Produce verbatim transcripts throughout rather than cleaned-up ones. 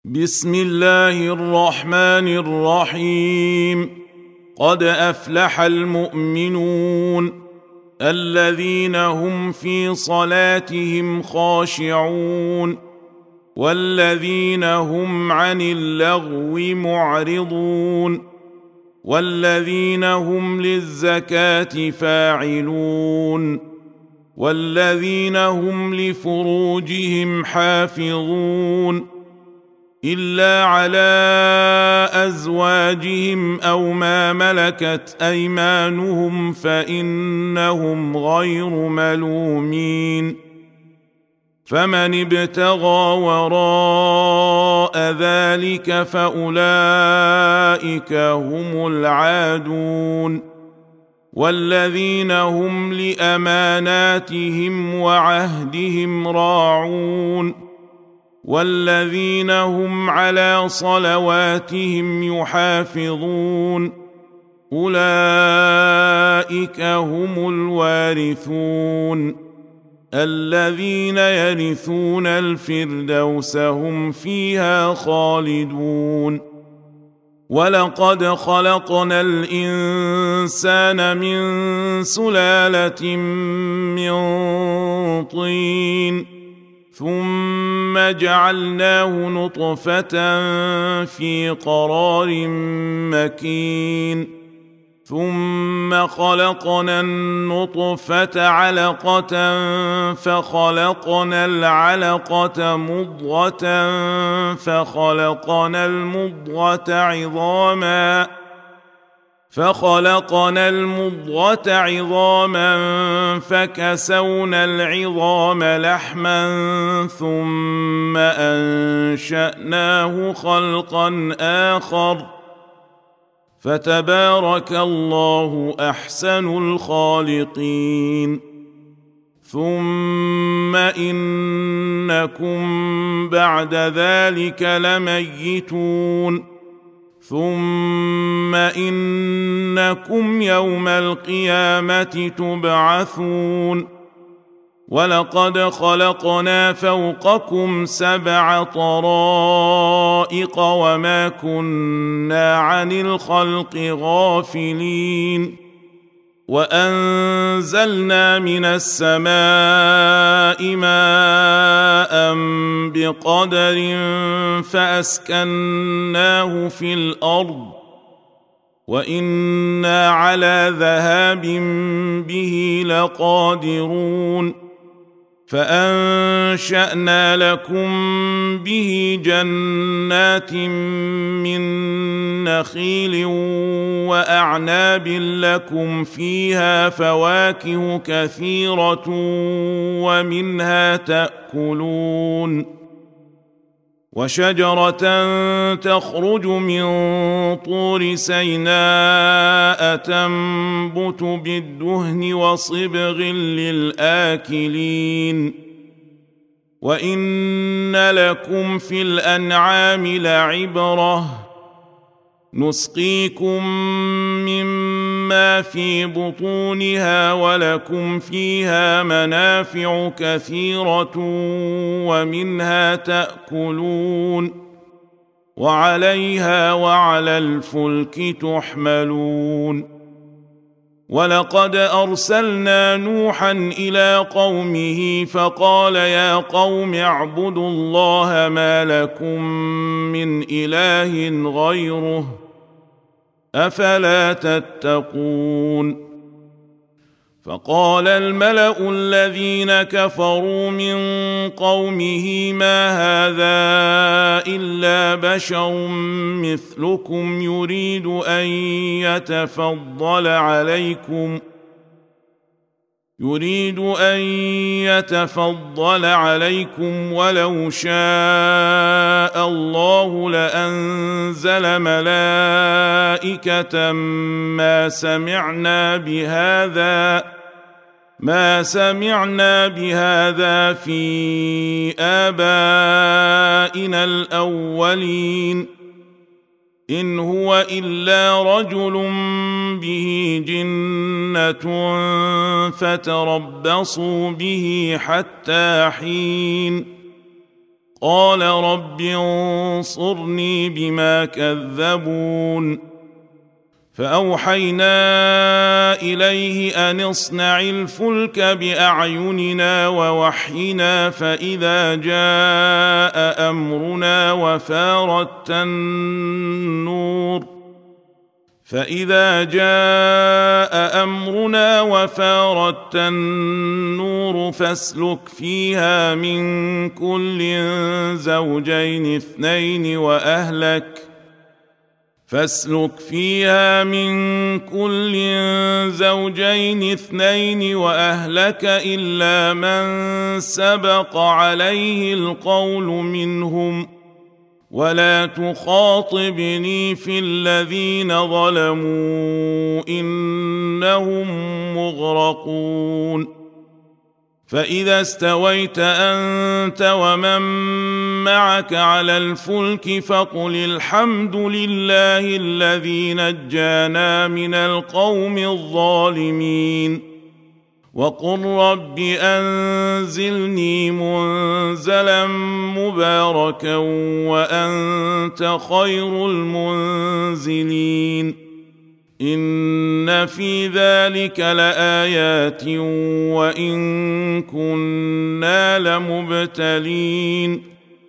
بسم الله الرحمن الرحيم. قد أفلح المؤمنون الذين هم في صلاتهم خاشعون والذين هم عن اللغو معرضون والذين هم للزكاة فاعلون والذين هم لفروجهم حافظون إلا على أزواجهم أو ما ملكت أيمانهم فإنهم غير ملومين فمن ابتغى وراء ذلك فأولئك هم العادون والذين هم لأماناتهم وعهدهم راعون والذين هم على صلواتهم يحافظون أولئك هم الوارثون الذين يرثون الفردوس هم فيها خالدون ولقد خلقنا الإنسان من سلالة من طين ثم جعلناه نطفة في قرار مكين ثم خلقنا النطفة علقة فخلقنا العلقة مضغة فخلقنا المضغة عظاما فخلقنا المضغة عظاما فكسونا العظام لحما ثم أنشأناه خلقا آخر فتبارك الله أحسن الخالقين ثم إنكم بعد ذلك لميتون ثم إنكم يوم القيامة تبعثون ولقد خلقنا فوقكم سبع طرائق وما كنا عن الخلق غافلين وأنزلنا من السماء ماء بقدر فأسكناه في الأرض وإنا على ذهاب به لقادرون فأنشأنا لكم به جنات من نخيل وأعناب لكم فيها فواكه كثيرة ومنها تأكلون وشجرة تخرج من طور سيناء تنبت بالدهن وصبغ للآكلين وإن لكم في الأنعام لعبرة نسقيكم مما في بطونها ولكم فيها منافع كثيرة ومنها تأكلون وعليها وعلى الفلك تحملون ولقد أرسلنا نوحا إلى قومه فقال يا قوم اعبدوا الله ما لكم من إله غيره أفلا تتقون فقال الملأ الذين كفروا من قومه ما هذا إلا بشر مثلكم يريد أن يتفضل عليكم يريد أن يتفضل عليكم ولو شاء الله لأنزل ملائكة ما سمعنا بهذا ما سمعنا بهذا في آبائنا الأولين إن هو إلا رجل به جنة فتربصوا به حتى حين قال رب انصرني بما كذبون فأوحينا إليه أن اصنع الفلك بأعيننا ووحينا فإذا جاء أمرنا وفارت النور فإذا جاء أمرنا وفارت النور فاسلك فيها من كل زوجين اثنين وأهلك فاسلك فيها من كل زوجين اثنين وأهلك إلا من سبق عليه القول منهم ولا تخاطبني في الذين ظلموا إنهم مغرقون فإذا استويت أنت ومن معك على الفلك فقل الحمد لله الذي نجانا من القوم الظالمين وقل رب أنزلني منزلا مباركا وأنت خير المنزلين إن في ذلك لآيات وإن كنا لمبتلين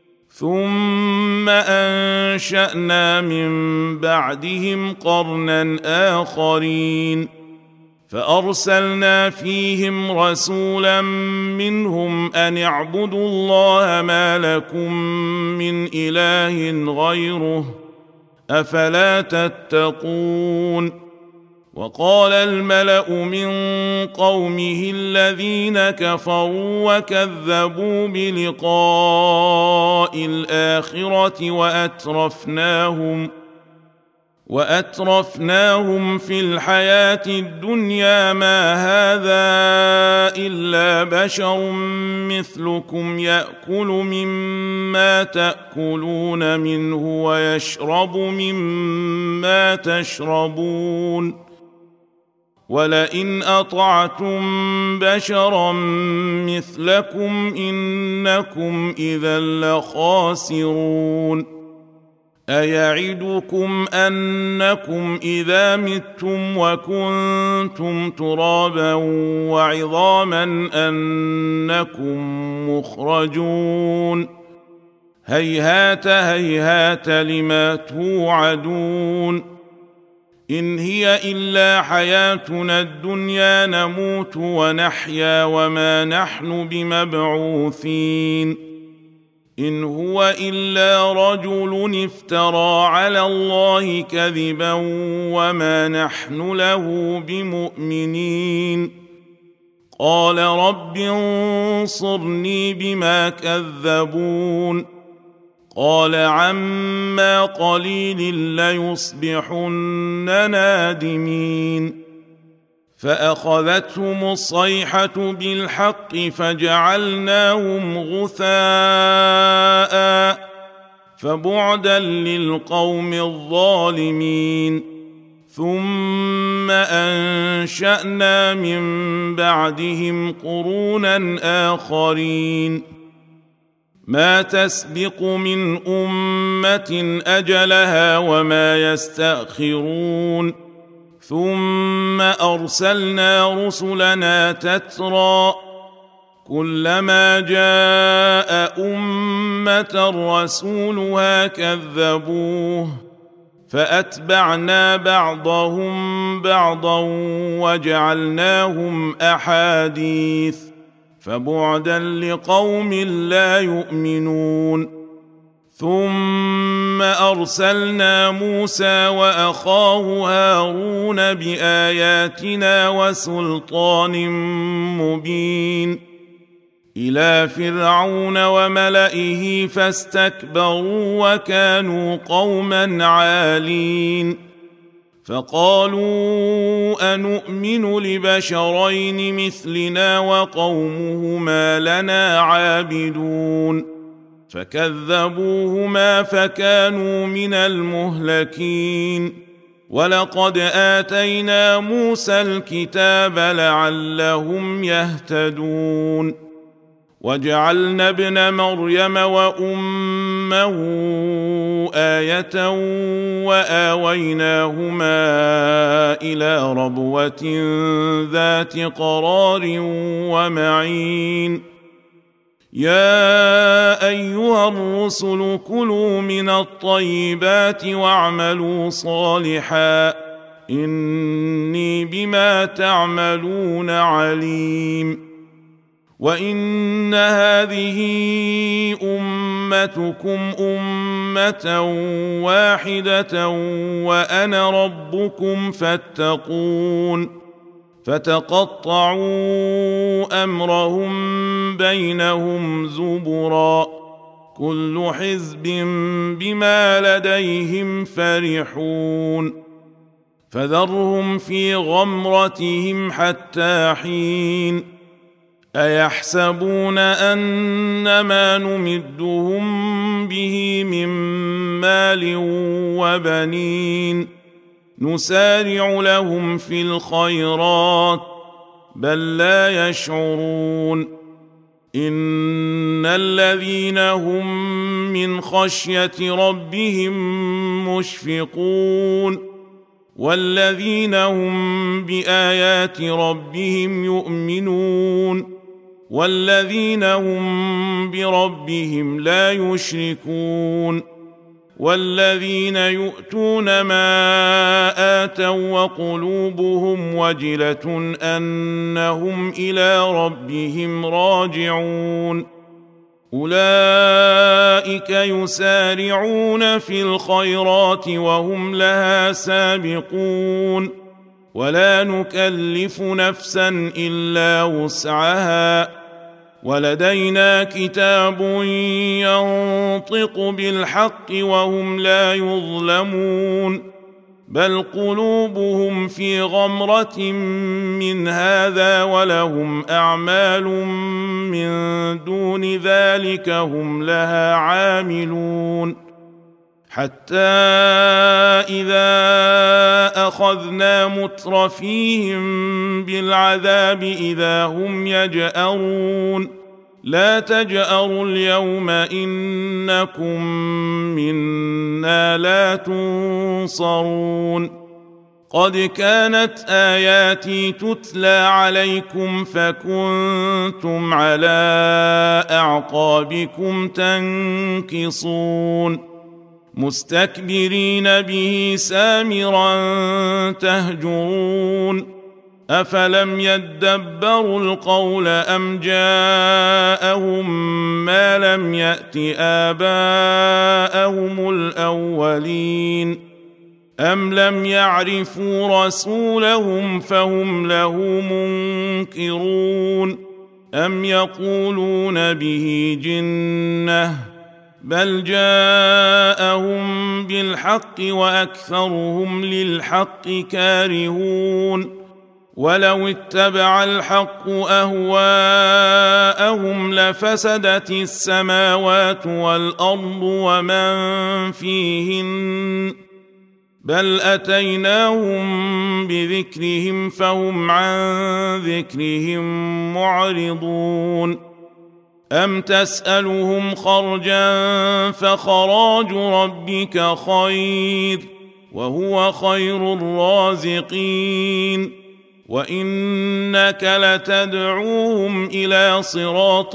ثم أنشأنا من بعدهم قرنا آخرين فأرسلنا فيهم رسولا منهم أن اعبدوا الله ما لكم من إله غيره أفلا تتقون وقال الملأ من قومه الذين كفروا وكذبوا بلقاء الآخرة وأترفناهم وأترفناهم في الحياة الدنيا ما هذا إلا بشر مثلكم يأكل مما تأكلون منه ويشرب مما تشربون ولئن أطعتم بشرا مثلكم إنكم إذا لخاسرون أيعدكم أنكم إذا متم وكنتم ترابا وعظاما أنكم مخرجون هيهات هيهات لما توعدون إن هي إلا حياتنا الدنيا نموت ونحيا وما نحن بمبعوثين إن هو إلا رجل افترى على الله كذبا وما نحن له بمؤمنين قال رب انصرني بما كذبون قال عما قليل ليصبحن نادمين فأخذتهم الصيحة بالحق فجعلناهم غثاء فبعدا للقوم الظالمين ثم أنشأنا من بعدهم قرونا آخرين ما تسبق من أمة أجلها وما يستأخرون ثم أرسلنا رسلنا تترى كلما جاء أمة رسولها كذبوه فأتبعنا بعضهم بعضا وجعلناهم أحاديث فبعدا لقوم لا يؤمنون ثم أرسلنا موسى وأخاه هارون بآياتنا وسلطان مبين إلى فرعون وملئه فاستكبروا وكانوا قوما عالين فقالوا أنؤمن لبشرين مثلنا وقومهما لنا عابدون فكذبوهما فكانوا من المهلكين ولقد آتينا موسى الكتاب لعلهم يهتدون وجعلنا ابن مريم وامه ايه واويناهما الى ربوه ذات قرار ومعين يا ايها الرسل كلوا من الطيبات واعملوا صالحا اني بما تعملون عليم وان هذه امتكم امه واحده وانا ربكم فاتقون فتقطعوا امرهم بينهم زبرا كل حزب بما لديهم فرحون فذرهم في غمرتهم حتى حين ايحسبون ان ما نمدهم به من مال وبنين نسارع لهم في الخيرات بل لا يشعرون ان الذين هم من خشيه ربهم مشفقون والذين هم بايات ربهم يؤمنون والذين هم بربهم لا يشركون والذين يؤتون ما آتوا وقلوبهم وجلة أنهم إلى ربهم راجعون أولئك يسارعون في الخيرات وهم لها سابقون ولا نكلف نفسا إلا وسعها ولدينا كتاب ينطق بالحق وهم لا يظلمون بل قلوبهم في غمرة من هذا ولهم أعمال من دون ذلك هم لها عاملون حتى إذا أخذنا مترفيهم بالعذاب إذا هم يجأرون لا تجأروا اليوم إنكم منا لا تنصرون قد كانت آياتي تتلى عليكم فكنتم على أعقابكم تنكصون مستكبرين به سامرا تهجرون افلم يدبروا القول ام جاءهم ما لم يات اباءهم الاولين ام لم يعرفوا رسولهم فهم له منكرون ام يقولون به جنه بل جاءهم بالحق واكثرهم للحق كارهون ولو اتبع الحق اهواءهم لفسدت السماوات والارض ومن فيهن بل اتيناهم بذكرهم فهم عن ذكرهم معرضون أم تسألهم خرجا فخراج ربك خير وهو خير الرازقين وإنك لتدعوهم إلى صراط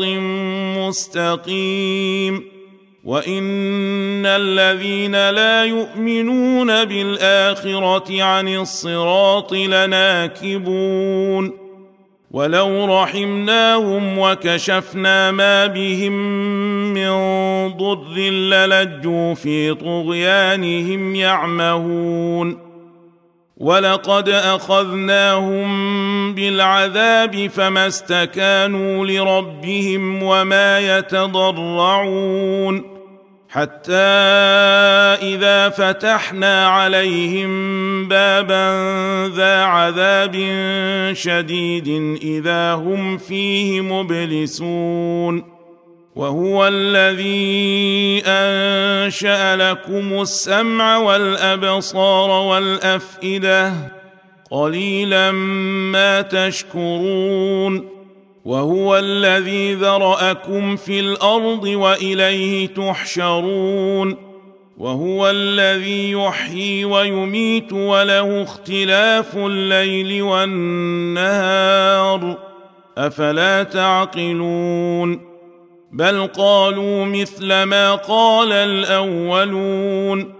مستقيم وإن الذين لا يؤمنون بالآخرة عن الصراط لناكبون ولو رحمناهم وكشفنا ما بهم من ضر للجوا في طغيانهم يعمهون ولقد اخذناهم بالعذاب فما استكانوا لربهم وما يتضرعون حتى اذا فتحنا عليهم بابا ذا عذاب شديد اذا هم فيه مبلسون وهو الذي انشا لكم السمع والابصار والافئده قليلا ما تشكرون وهو الذي ذرأكم في الأرض وإليه تحشرون وهو الذي يحيي ويميت وله اختلاف الليل والنهار أفلا تعقلون بل قالوا مثل ما قال الأولون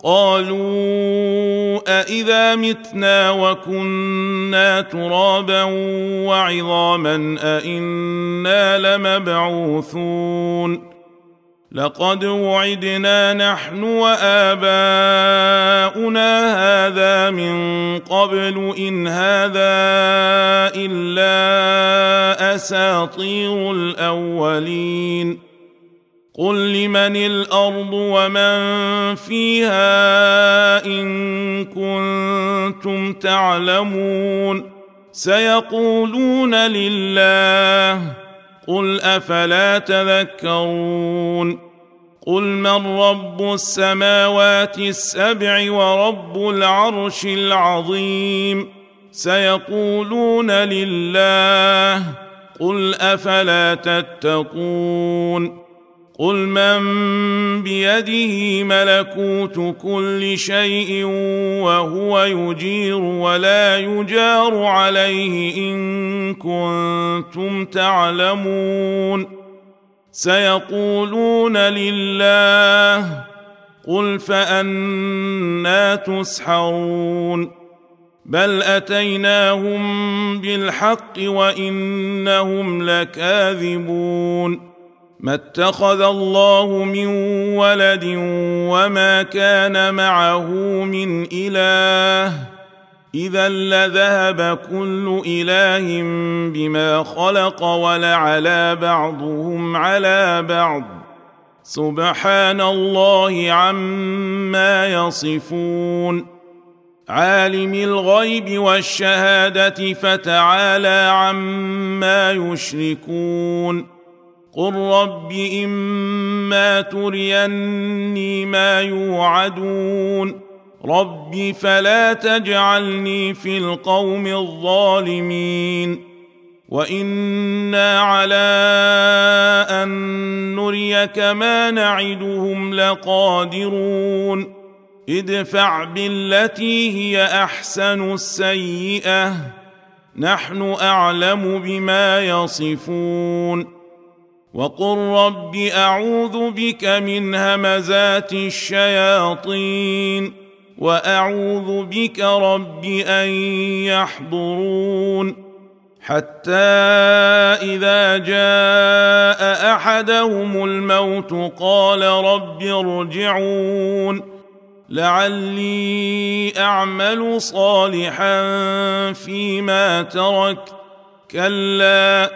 قالوا أإذا متنا وكنا ترابا وعظاما أإنا لمبعوثون لقد وعدنا نحن وآباؤنا هذا من قبل إن هذا إلا أساطير الأولين قل لمن الأرض ومن فيها إن كنتم تعلمون سيقولون لله قل أفلا تذكرون قل من رب السماوات السبع ورب العرش العظيم سيقولون لله قل أفلا تتقون قل من بيده ملكوت كل شيء وهو يجير ولا يجار عليه إن كنتم تعلمون سيقولون لله قل فأنى تسحرون بل أتيناهم بالحق وإنهم لكاذبون ما اتخذ الله من ولد وما كان معه من إله إذا لذهب كل إله بما خلق ولعلى بعضهم على بعض سبحان الله عما يصفون عالم الغيب والشهادة فتعالى عما يشركون قل رب إما تريني ما يوعدون رب فلا تجعلني في القوم الظالمين وإنا على أن نريك ما نعدهم لقادرون ادفع بالتي هي أحسن السيئة نحن أعلم بما يصفون وقل رب أعوذ بك من همزات الشياطين وأعوذ بك رب أن يحضرون حتى إذا جاء أحدهم الموت قال رب ارجعون لعلي أعمل صالحا فيما تركت كلا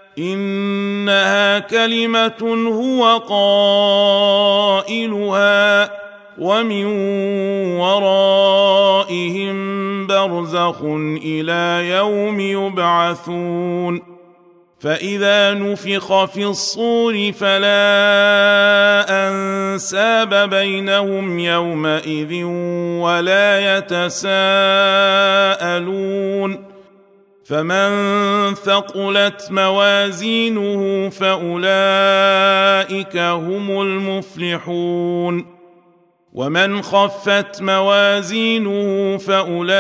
إنها كلمة هو قائلها ومن ورائهم برزخ إلى يوم يبعثون فإذا نفخ في الصور فلا أنساب بينهم يومئذ ولا يتساءلون فمن ثقلت موازينه فأولئك هم المفلحون ومن خفت موازينه فأولئك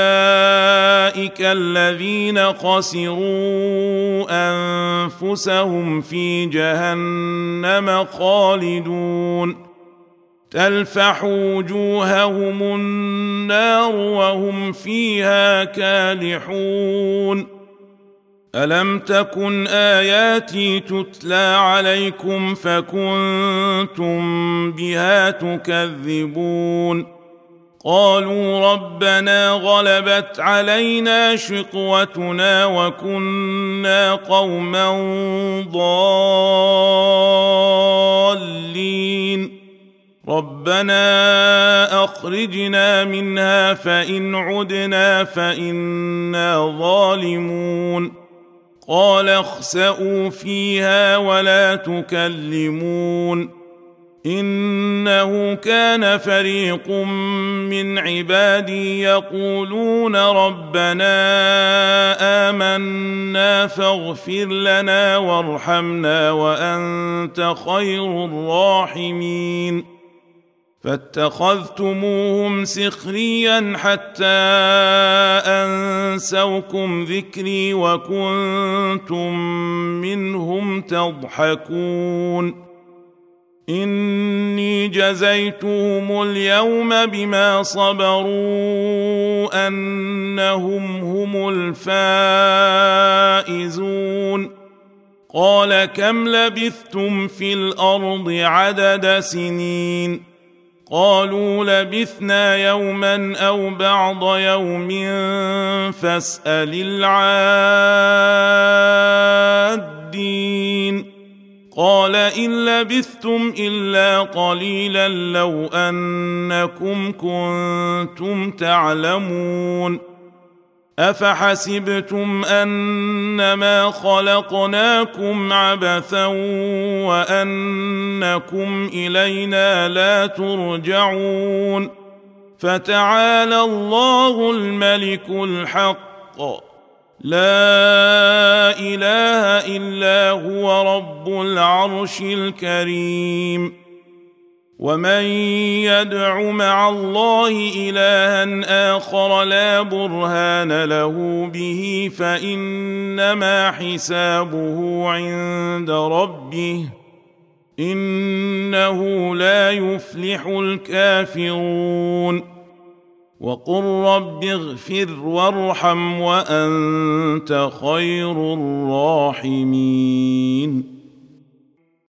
الذين خسروا أنفسهم في جهنم خالدون تلفح وجوههم النار وهم فيها كالحون ألم تكن آياتي تتلى عليكم فكنتم بها تكذبون قالوا ربنا غلبت علينا شقوتنا وكنا قوما ضالين ربنا أخرجنا منها فإن عدنا فإنا ظالمون قال اخسئوا فيها ولا تكلمون إنه كان فريق من عبادي يقولون ربنا آمنا فاغفر لنا وارحمنا وأنت خير الراحمين فاتخذتموهم سخريا حتى أنسوكم ذكري وكنتم منهم تضحكون إني جزيتهم اليوم بما صبروا أنهم هم الفائزون قال كم لبثتم في الأرض عدد سنين قالوا لبثنا يوما أو بعض يوم فاسأل العادين قال إن لبثتم إلا قليلا لو أنكم كنتم تعلمون أفحسبتم أنما خلقناكم عبثا وأنكم إلينا لا ترجعون فتعالى الله الملك الحق لا إله إلا هو رب العرش الكريم ومن يدع مع الله إلها آخر لا برهان له به فإنما حسابه عند ربه إنه لا يفلح الكافرون وقل رب اغفر وارحم وأنت خير الراحمين